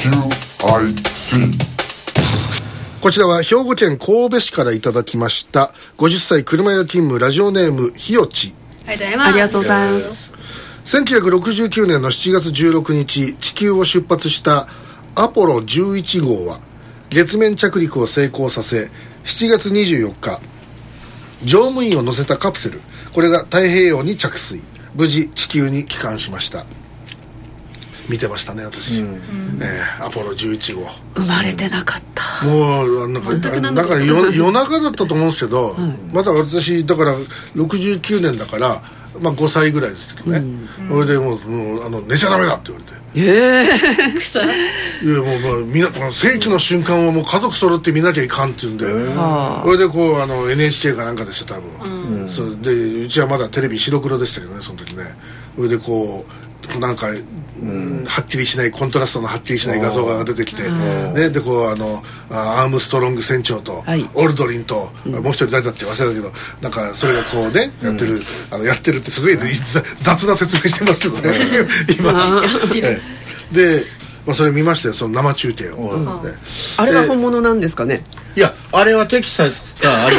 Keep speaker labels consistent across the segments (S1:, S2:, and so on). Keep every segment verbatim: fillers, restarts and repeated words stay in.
S1: キューアイティー。
S2: こちらは兵庫県神戸市からいただきましたごじゅっさい車屋勤務ラジオネームひよち。
S3: ありがとうございます。
S2: せんきゅうひゃくろくじゅうきゅうねんのしちがつじゅうろくにち、地球を出発したアポロじゅういち号は月面着陸を成功させ、しちがつにじゅうよっか乗務員を乗せたカプセル、これが太平洋に着水、無事地球に帰還しました。見てましたね私、うんえー、アポロじゅういち号
S3: 生まれてなかった。
S2: もうなんかなんか夜, 夜中だったと思うんですけど、うん、まだ私だからろくじゅうきゅうねんだから、まあ、ごさいぐらいですけどね、うん、それでも う, もうあの寝ちゃダメだって言われて、
S3: えー、草いや
S2: もう、まあ、みなこの世紀の瞬間をもう家族揃って見なきゃいかんって言うんで、それでこうあの エヌエイチケー かなんかですよ多分、うん、それでうちはまだテレビ白黒でしたけどねその時ね。それでこうなんか、うん、はっきりしないコントラストのはっきりしない画像が出てきて、ね、でこうあのアームストロング船長と、はい、オルドリンと、うん、もう一人誰だって忘れたけどなんかそれがこうねやってる、うん、あのやってるってすごい、ね、雑な説明してますけどね今で、まあ、それ見ましたよその生中継を、うんね、
S3: あれは本物なんですかね。
S4: いやあれはテキサスかあれ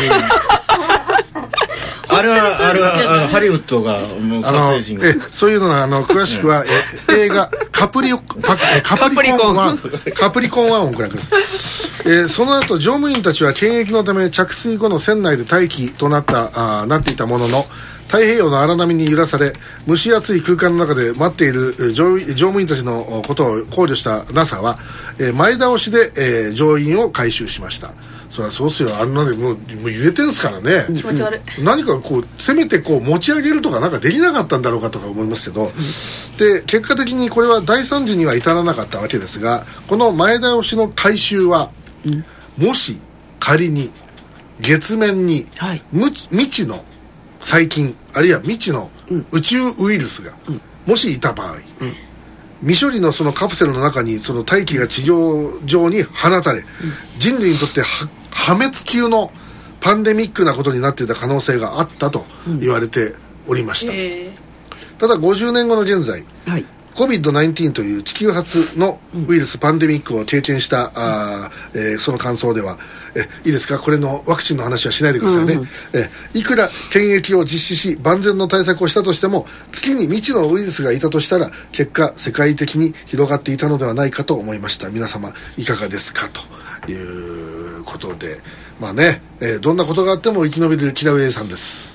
S4: あれはあれはあのハリウッドがもう撮影陣が
S2: えそういうのはあの詳しくはえ映画カプリオパカプリコンワンカプリコンワンをご覧ください。えー、その後乗務員たちは検疫のため着水後の船内で待機となったあなっていたものの太平洋の荒波に揺らされ蒸し暑い空間の中で待っている乗務員たちのことを考慮した ナサ は、えー、前倒しで、えー、乗員を回収しました。そりゃそうっすよあんなでもう、もう揺れてんすからね。
S3: 気持ち悪い。
S2: 何かこうせめてこう持ち上げるとかなんかできなかったんだろうかとか思いますけど、うん、で結果的にこれは大惨事には至らなかったわけですが、この前倒しの回収は、うん、もし仮に月面に、はい、未知の細菌あるいは未知の宇宙ウイルスが、うん、もしいた場合、うん、未処理のそのカプセルの中にその大気が地上上に放たれ、うん、人類にとっては破滅級のパンデミックなことになっていた可能性があったと言われておりました、うんえー、ただごじゅうねんごの現在、はい、コビッドナインティーン という地球初のウイルス、うん、パンデミックを経験した、うんあえー、その感想ではえいいですかこれのワクチンの話はしないでくださいね、うんうん、えいくら検疫を実施し万全の対策をしたとしても月に未知のウイルスがいたとしたら結果世界的に広がっていたのではないかと思いました。皆様いかがですかということでまあね、えー、どんなことがあっても生き延びるキラウエイさんです。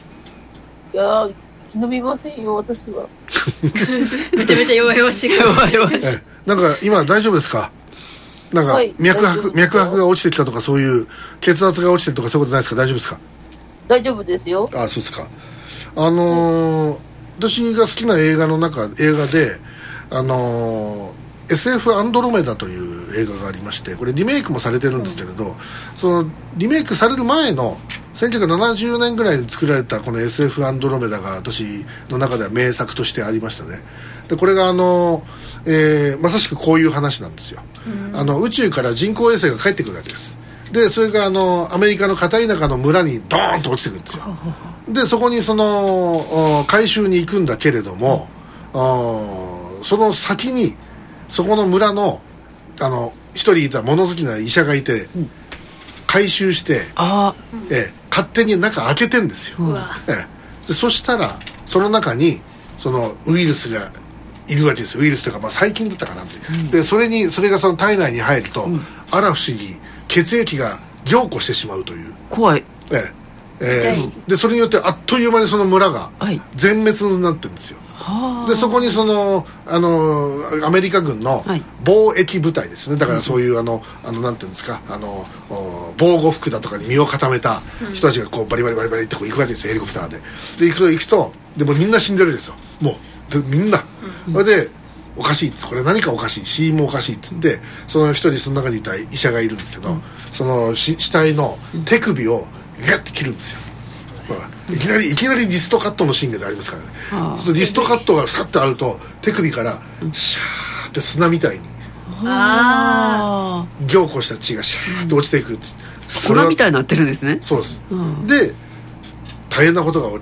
S5: いや生き延びませんよ私は
S3: めちゃめちゃ弱々しい弱々しい
S2: なんか今大丈夫ですか。なんか脈拍、はい、脈拍が落ちてきたとかそういう血圧が落ちてるとかそういうことないですか。大丈夫ですか。
S5: 大丈夫ですよ。
S2: ああそうですか。あのー、私が好きな映画の中映画であのー、エスエフ アンドロメダという映画がありましてこれリメイクもされてるんですけれど、うん、そのリメイクされる前のせんきゅうひゃくななじゅうねんぐらいに作られたこの エスエフ アンドロメダが私の中では名作としてありましたね。でこれがあの、えー、まさしくこういう話なんですよ。あの宇宙から人工衛星が帰ってくるわけです。でそれがあのアメリカの片田舎の村にドーンと落ちてくるんですよ。でそこにその回収に行くんだけれども、うん、その先にそこの村のあの一人いた物好きな医者がいて、うん、回収してあ、ええ、勝手に中開けてんですよ、うんええ、でそしたらその中にそのウイルスがいるわけですよ。ウイルスというか、まあ、細菌だったかなって、うん、でそれにそれがその体内に入ると、うん、あら不思議血液が凝固してしまうという
S3: 怖い、
S2: えええー、でそれによってあっという間にその村が全滅になってるんですよ、はい、でそこにそのあのアメリカ軍の防疫部隊ですね。だからそういうあのあのなんていうんですかあの防護服だとかに身を固めた人たちがこうバリバリバリバリってこう行くわけですよヘリコプターで。で行くと行くとでもみんな死んでるんですよもうでみんな、うん、それでおかしいっつこれ何かおかしい死因もおかしいっつってその一人その中にいた医者がいるんですけど、うん、その死体の手首をガッて切るんですよ、うん、いきなりいきなりリストカットのシーンでありますからね。そリストカットがサッとあると手首からシャーって砂みたいに
S3: あ
S2: 凝固した血がシャーって落ちていくっつ
S3: 粉みたいになってるんですね。
S2: そうです、うん、で大変なことが起きたと。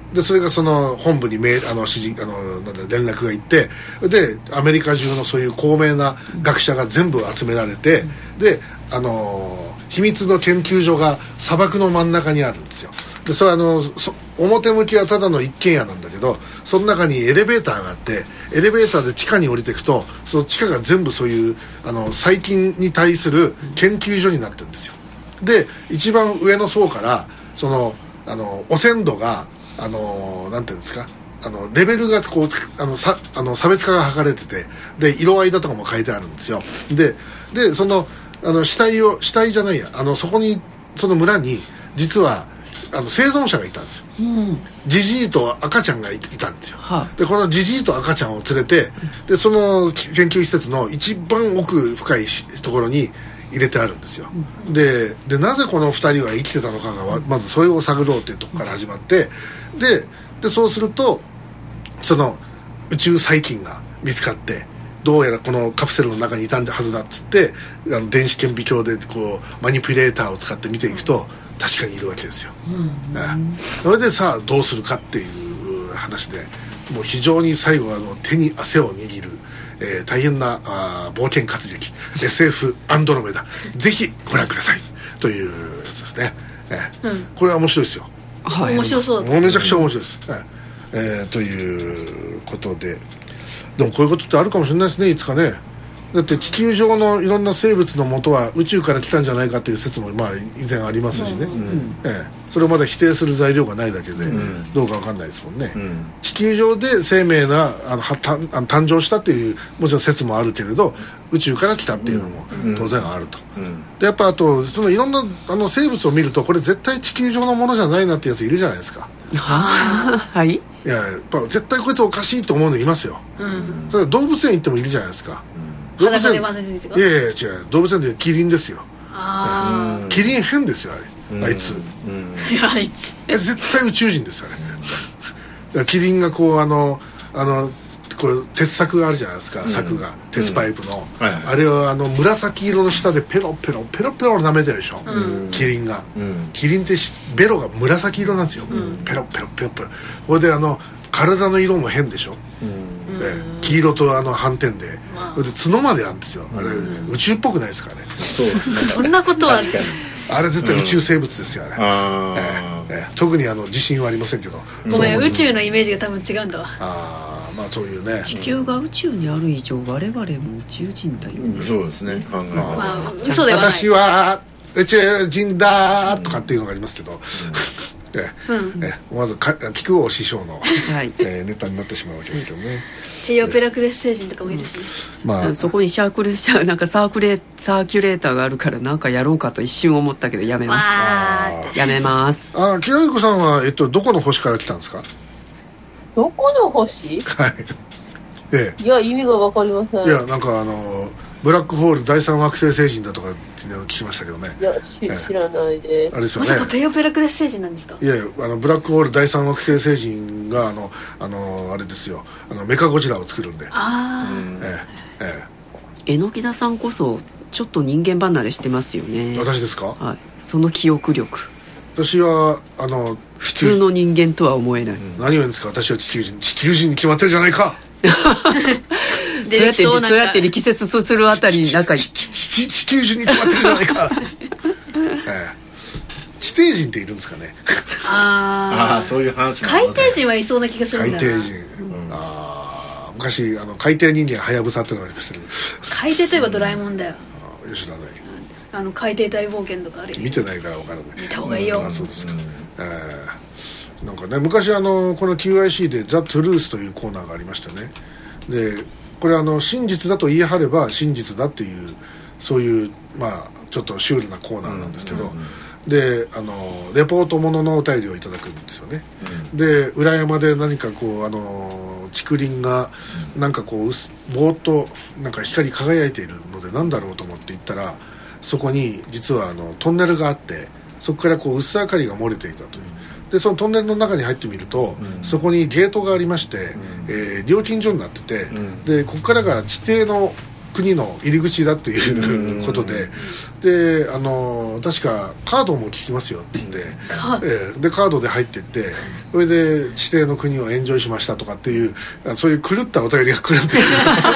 S2: でそれがその本部にメールあの指示あのなんだ連絡が行って、でアメリカ中のそういう高名な学者が全部集められて、であの秘密の研究所が砂漠の真ん中にあるんですよ。でそれはあのそ表向きはただの一軒家なんだけど、その中にエレベーターがあって、エレベーターで地下に降りていくと、その地下が全部そういうあの細菌に対する研究所になってるんですよ。で一番上の層からそのあの汚染度があのなんていうんですか、あのレベルがこうあのさあの差別化が図れてて、で色合いだとかも書いてあるんですよ。ででそのあの死体を死体じゃないやあのそこにその村に実はあの生存者がいたんですよ。ジジイと赤ちゃんがいたんですよ。はあ、でこのジジイと赤ちゃんを連れて、でその研究施設の一番奥深いところに入れてあるんですよ。うん、ででなぜこのふたりは生きてたのかがまずそれを探ろうっていうところから始まって、ででそうするとその宇宙細菌が見つかって、どうやらこのカプセルの中にいたんはずだっつって、あの電子顕微鏡でこうマニピュレーターを使って見ていくと確かにいるわけですよ。うん、それでさあどうするかっていう話で、もう非常に最後はあの手に汗を握る、えー、大変なあ冒険活劇 エスエフ アンドロメダぜひご覧くださいというやつですね。えーうん、これは面白いですよ。
S3: はい、面白そうだ。
S2: もうめちゃくちゃ面白いです。えーえー、ということで、でもこういうことってあるかもしれないですね、いつかね。だって地球上のいろんな生物の元は宇宙から来たんじゃないかという説もまあ以前ありますしね、うんうんええ、それをまだ否定する材料がないだけで、うん、どうか分かんないですもんね、うん、地球上で生命があのはたあの誕生したっていうもちろん説もあるけれど、宇宙から来たっていうのも当然あると、うんうん、でやっぱあとそのいろんなあの生物を見ると、これ絶対地球上のものじゃないなってやついるじゃないですか。
S3: はいい
S2: ややっぱ絶対こいつおかしいと思うのいますよ、うん、それ動物園行ってもいるじゃないですか、動物園いやいや違う、動物園でキリンですよ。あキリン変ですよあれ、あいつ、うん、あいつえ絶対宇宙人ですよあれキリンがこうあのあのこう鉄柵があるじゃないですか、うん、柵が鉄パイプの、うんはいはい、あれをあの紫色の下でペロペロペロペロ舐めてるでしょ、うん、キリンが、うん、キリンってベロが紫色なんですよ、うん、ペロペロペロペロ。これであの体の色も変でしょ、うんで黄色とあの斑点で、それで角まであるんですよあれ、うん、宇宙っぽくないですかね。
S4: そうですね
S3: そんなことは
S2: あれ絶対宇宙生物ですよ、あれ、うんあえーえー、特にあの自信はありませんけど。
S3: ごめん、宇宙のイメージが多分違うんだわ。
S2: あまあそういうね、
S6: 地球が宇宙にある以上我々も宇宙人だよね、
S4: うん、そうですね考え、ま
S3: あ、嘘ではない。
S2: 私は宇宙人だとかっていうのがありますけど、うんえうん、えまずか菊王師匠の、はいえー、ネタになってしまうわけですよね。
S3: ヘイオペラクレス星人とかもいるしね、
S6: うんまあ、そこにシャークルシャーなんかサークレサーキュレーターがあるからなんかやろうかと一瞬思ったけどやめますやめます。
S2: あきらゆこさんは、えっと、どこの星から来たんですか。
S5: どこの星
S2: はい、え
S5: え、いや意味が分かりません。
S2: いやなんかあのブラックホール第三惑星星人だとかっていうのを聞きましたけどね。
S5: いやし、ええ、知らないです。
S2: あれですよね。
S3: まさかペヨペラクレス星人なんですか。
S2: いやいやあのブラックホール第三惑星星人があのあのあれですよ、あのメカゴジラを作るんで。ああ、え
S6: えええ、榎田さんこそちょっと人間離れしてますよね。
S2: 私ですか。
S6: はい、その記憶力。
S2: 私はあの
S6: 普通の人間とは思えない、うん、
S2: 何を言うんですか。私は地球人地球人に決まってるじゃないか
S6: そうやってそうやって力説するあたりなんか
S2: 地球人に決まってるじゃないか、ええ、地底人っているんですかね。
S3: あ
S4: あそういう話も
S3: 海底人はいそうな気がするんだよな。
S2: 海底人、うん、あ昔あの海底人間はやぶさってのがありましたけど、
S3: 海底といえばドラえもんだよ、
S2: うん、吉田ない
S3: あの海底大冒険とかあるよ。
S2: 見てないから分からない。
S3: 見た方がいいよ、
S2: うん、あそうですか、うんえー、なんかね昔あのこの キューアイシー でザ・トゥルースというコーナーがありましてね。でこれあの真実だと言い張れば真実だっていうそういうまあちょっとシュールなコーナーなんですけど、うんうんうん、であのレポートもののお便りをいただくんですよね、うん、で裏山で何かこうあの竹林がなんかこうぼーっとなんか光り輝いているのでなんだろうと思って行ったら、そこに実はあのトンネルがあってそこからこう薄明かりが漏れていたという。でそのトンネルの中に入ってみると、うん、そこにゲートがありまして、うんえー、料金所になってて、うん、でここからが地底の国の入り口だということで、であの確かカードも効きますよって言って、えー、でカードで入っていってそれで指定の国をエンジョイしましたとかっていうそういう狂ったお便りが来るんですよ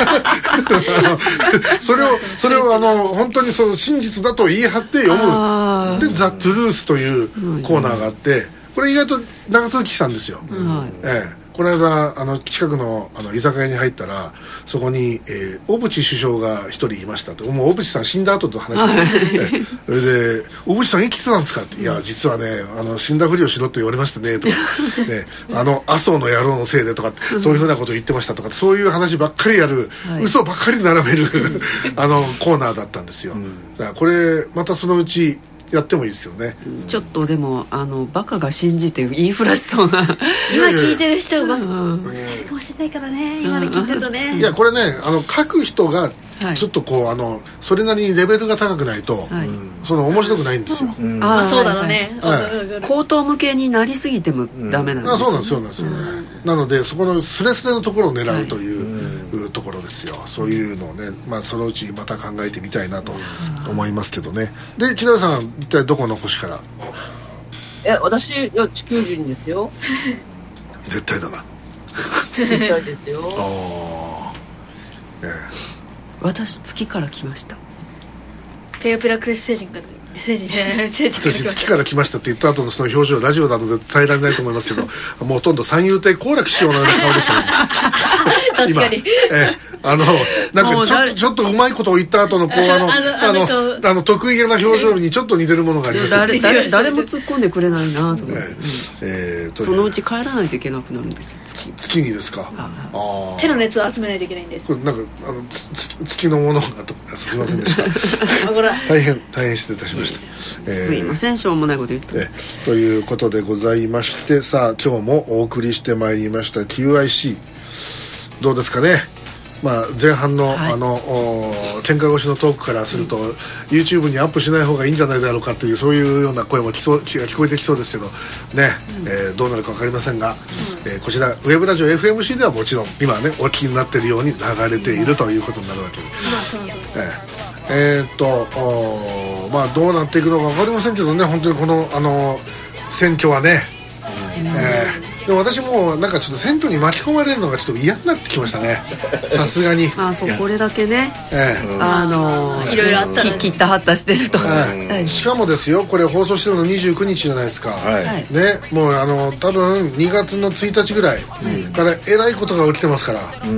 S2: それをそれをあの本当にその真実だと言い張って読むでザ・トゥルースというコーナーがあって、これ意外と長続きしたんですよ、うんええこの間あの近く の, あの居酒屋に入ったらそこに、えー、小渕首相が一人いましたと。もう小渕さん死んだ後と話しててそれで小渕さん生きてたんですかって、いや実はねあの死んだふりをしろって言われましたねとかねあの麻生の野郎のせいでとかそういうふうなことを言ってましたとかそういう話ばっかりやる、はい、嘘ばっかり並べるあのコーナーだったんですよ、うん、だからこれまたそのうちやってもいいですよね、
S6: うん、ちょっとでもあのバカが信じて言いふらしそうな
S3: 今聞いてる人がバカかもしれないからね、今の聞いてるとね。
S2: いやこれねあの書く人がちょっとこう、はい、あのそれなりにレベルが高くないと、はい、その面白くないんですよ、
S3: うん、ああそうだろうね、
S6: はい、口頭向けになりすぎてもダメなんですよ、ね、
S2: あそうなんですよ、そうなんですよね、うん、なのでそこのスレスレのところを狙うという、はい、ところですよ。そういうのをね、まあ、そのうちまた考えてみたいなと思いますけどね。で木田さん一体どこの星から？
S5: え私いや地球人ですよ
S2: 絶対だな
S5: 絶対ですよ
S2: あ、ええ、
S6: 私月から来ました。
S3: ペアペラクレス星人から星人
S2: 私月から来ましたって言った後のその表情ラジオなので伝えられないと思いますけどもうほとんど三遊亭好楽師匠のような顔でしたね
S3: 確かに
S2: 今、ええあのなんかちょっとちょっとうまいことを言った後のこうあのあのあの得意げな表情にちょっと似てるものがありました、ね、
S6: 誰, 誰, 誰も突っ込んでくれないなと思って、
S2: ええー、
S6: そのうち帰らないといけなくなるんですよ。
S2: 月, 月にですか。あ
S3: あ手の熱を集めないといけないんです。
S2: これなんかあの月のものがとすいませんでした大変大変失礼いたしました、
S6: えー、すいませんしょうもないこと言って、
S2: えー、ということでございまして、さあ今日もお送りしてまいりました キューアイシー どうですかね。まあ、前半の、はい、あの喧嘩越しのトークからすると、うん、YouTube にアップしない方がいいんじゃないだろうかっていうそういうような声も聞そう聞こえてきそうですけどね、うんえー、どうなるか分かりませんが、うんえー、こちらウェブラジオ エフエムシー ではもちろん今ねお聞きになっているように流れているということになるわけで、うんえー、えー、っとまあどうなっていくのか分かりませんけどね。本当にこのあの選挙はね、うんえーでも私もなんかちょっと選挙に巻き込まれるのがちょっと嫌になってきましたねさすがに。
S6: あそうこれだけね、
S2: ええ、
S6: あの
S3: いろいろあったら
S6: 切ったはったしてると、
S2: ええ、しかもですよこれ放送してるのにじゅうくにちじゃないですか、はいね、もうあの多分にがつのついたちぐらいからえらいことが起きてますから、
S3: うん、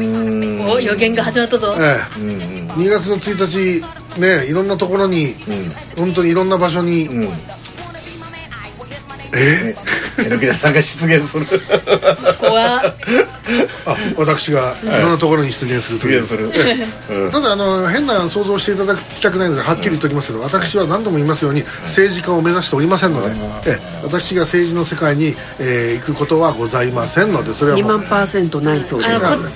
S3: お予言が始まったぞ、
S2: ええ、にがつのついたちねいろんなところに、うん、本当にいろんな場所に、うんえ
S4: えのきださんが出現する
S3: 怖っ
S2: あ私がいろんなところに出現するという、はい、ただあの変な想像していただきたくないのではっきり言っておきますけど、私は何度も言いますように政治家を目指しておりませんので、え私が政治の世界に、えー、行くことはございませんので、それは
S6: にまんパーセントないそうです。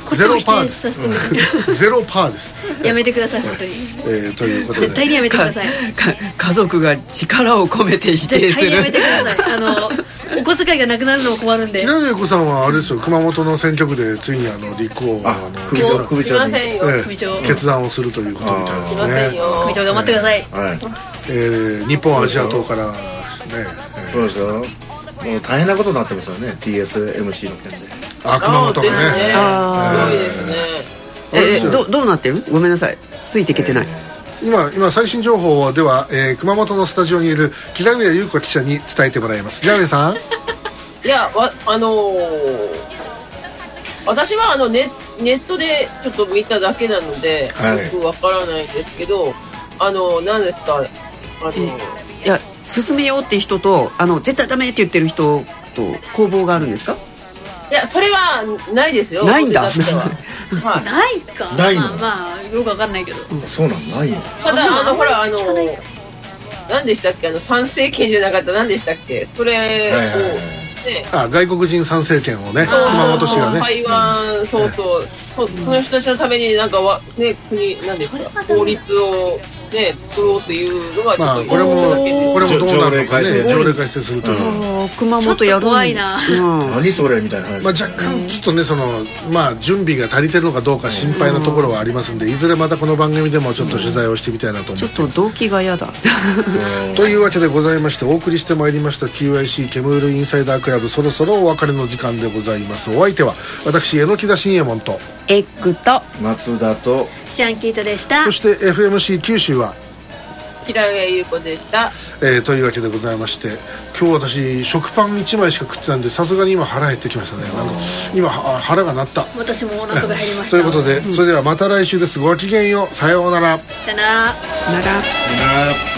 S2: ゼロパーですゼロパーです
S3: やめてください本当に、
S2: えー、ということで
S3: 絶対にやめてください。
S6: 家族が力を込めて否定する
S3: 絶対にやめてください。あのお小遣いがなくなるのも困るんで。
S2: 平野子さんはあれですよ、熊本の選挙区でついにあの立候補あの
S4: 首長首長に、
S2: えー、決断をするということみたいですね。
S3: 首長頑張ってください、
S2: えーはいえー、日本アジア党からね、
S4: えー、そうですよ、もう大変なことになってますよね ティーエスエムシー の件で。
S2: あ熊本がね
S5: あすごいですね。
S6: えー、ど, どうなってる？ごめんなさいついていけてない、えー
S2: 今, 今最新情報では、えー、熊本のスタジオにいる木田上優子記者に伝えてもらいます。木田上さん
S5: いやわあのー、私はあの ネ, ネットでちょっと見ただけなので、はい、よくわからないんですけど、あの何ですかあの、
S6: えー、いや進めようって人とあの絶対ダメって言ってる人と攻防があるんですか？
S5: いやそれはないですよ。
S6: ないんだ
S3: はい、ないか
S4: ないの、
S3: まあ、まあよくわかんないけど、
S4: うん、そうなんないの。
S5: ただあのほらあの何でしたっけあの参政権じゃなかった何でしたっけそれを、はいはいはいね、
S2: あ外国人参政権をね熊本市がね
S5: 台湾そうそう、うん、そ, その人たちのためになんかわ、ね、国なんですか法律をね作ろうというのがちょっと、
S2: まあ、これもこれもどうなるのかね、条例改正すると、
S6: うん、熊本やるん
S3: 怖いな、
S4: うん、何それみたいな話、
S2: まあ、若干ちょっとねその、まあ、準備が足りてるのかどうか心配なところはありますんで、いずれまたこの番組でもちょっと取材をしてみたいなと思って、
S6: ちょっと動機が嫌だ
S2: というわけでございまして、お送りしてまいりました ティーワイシー ケムールインサイダークラブ、そろそろお別れの時間でございます。お相手は私榎田信右衛門と
S6: エッグと
S4: 松田と
S3: シャンキートでした。
S2: そして エフエムシー 九州は
S5: 平上優子でした、
S2: えー、というわけでございまして、今日私食パンいちまいしか食ってたんで、さすがに今腹減ってきましたね。なんか今腹が鳴った。
S3: 私もお腹が減りました
S2: ということで、それではまた来週です。ごきげんよう、さようなら。
S3: さよなら。
S6: なら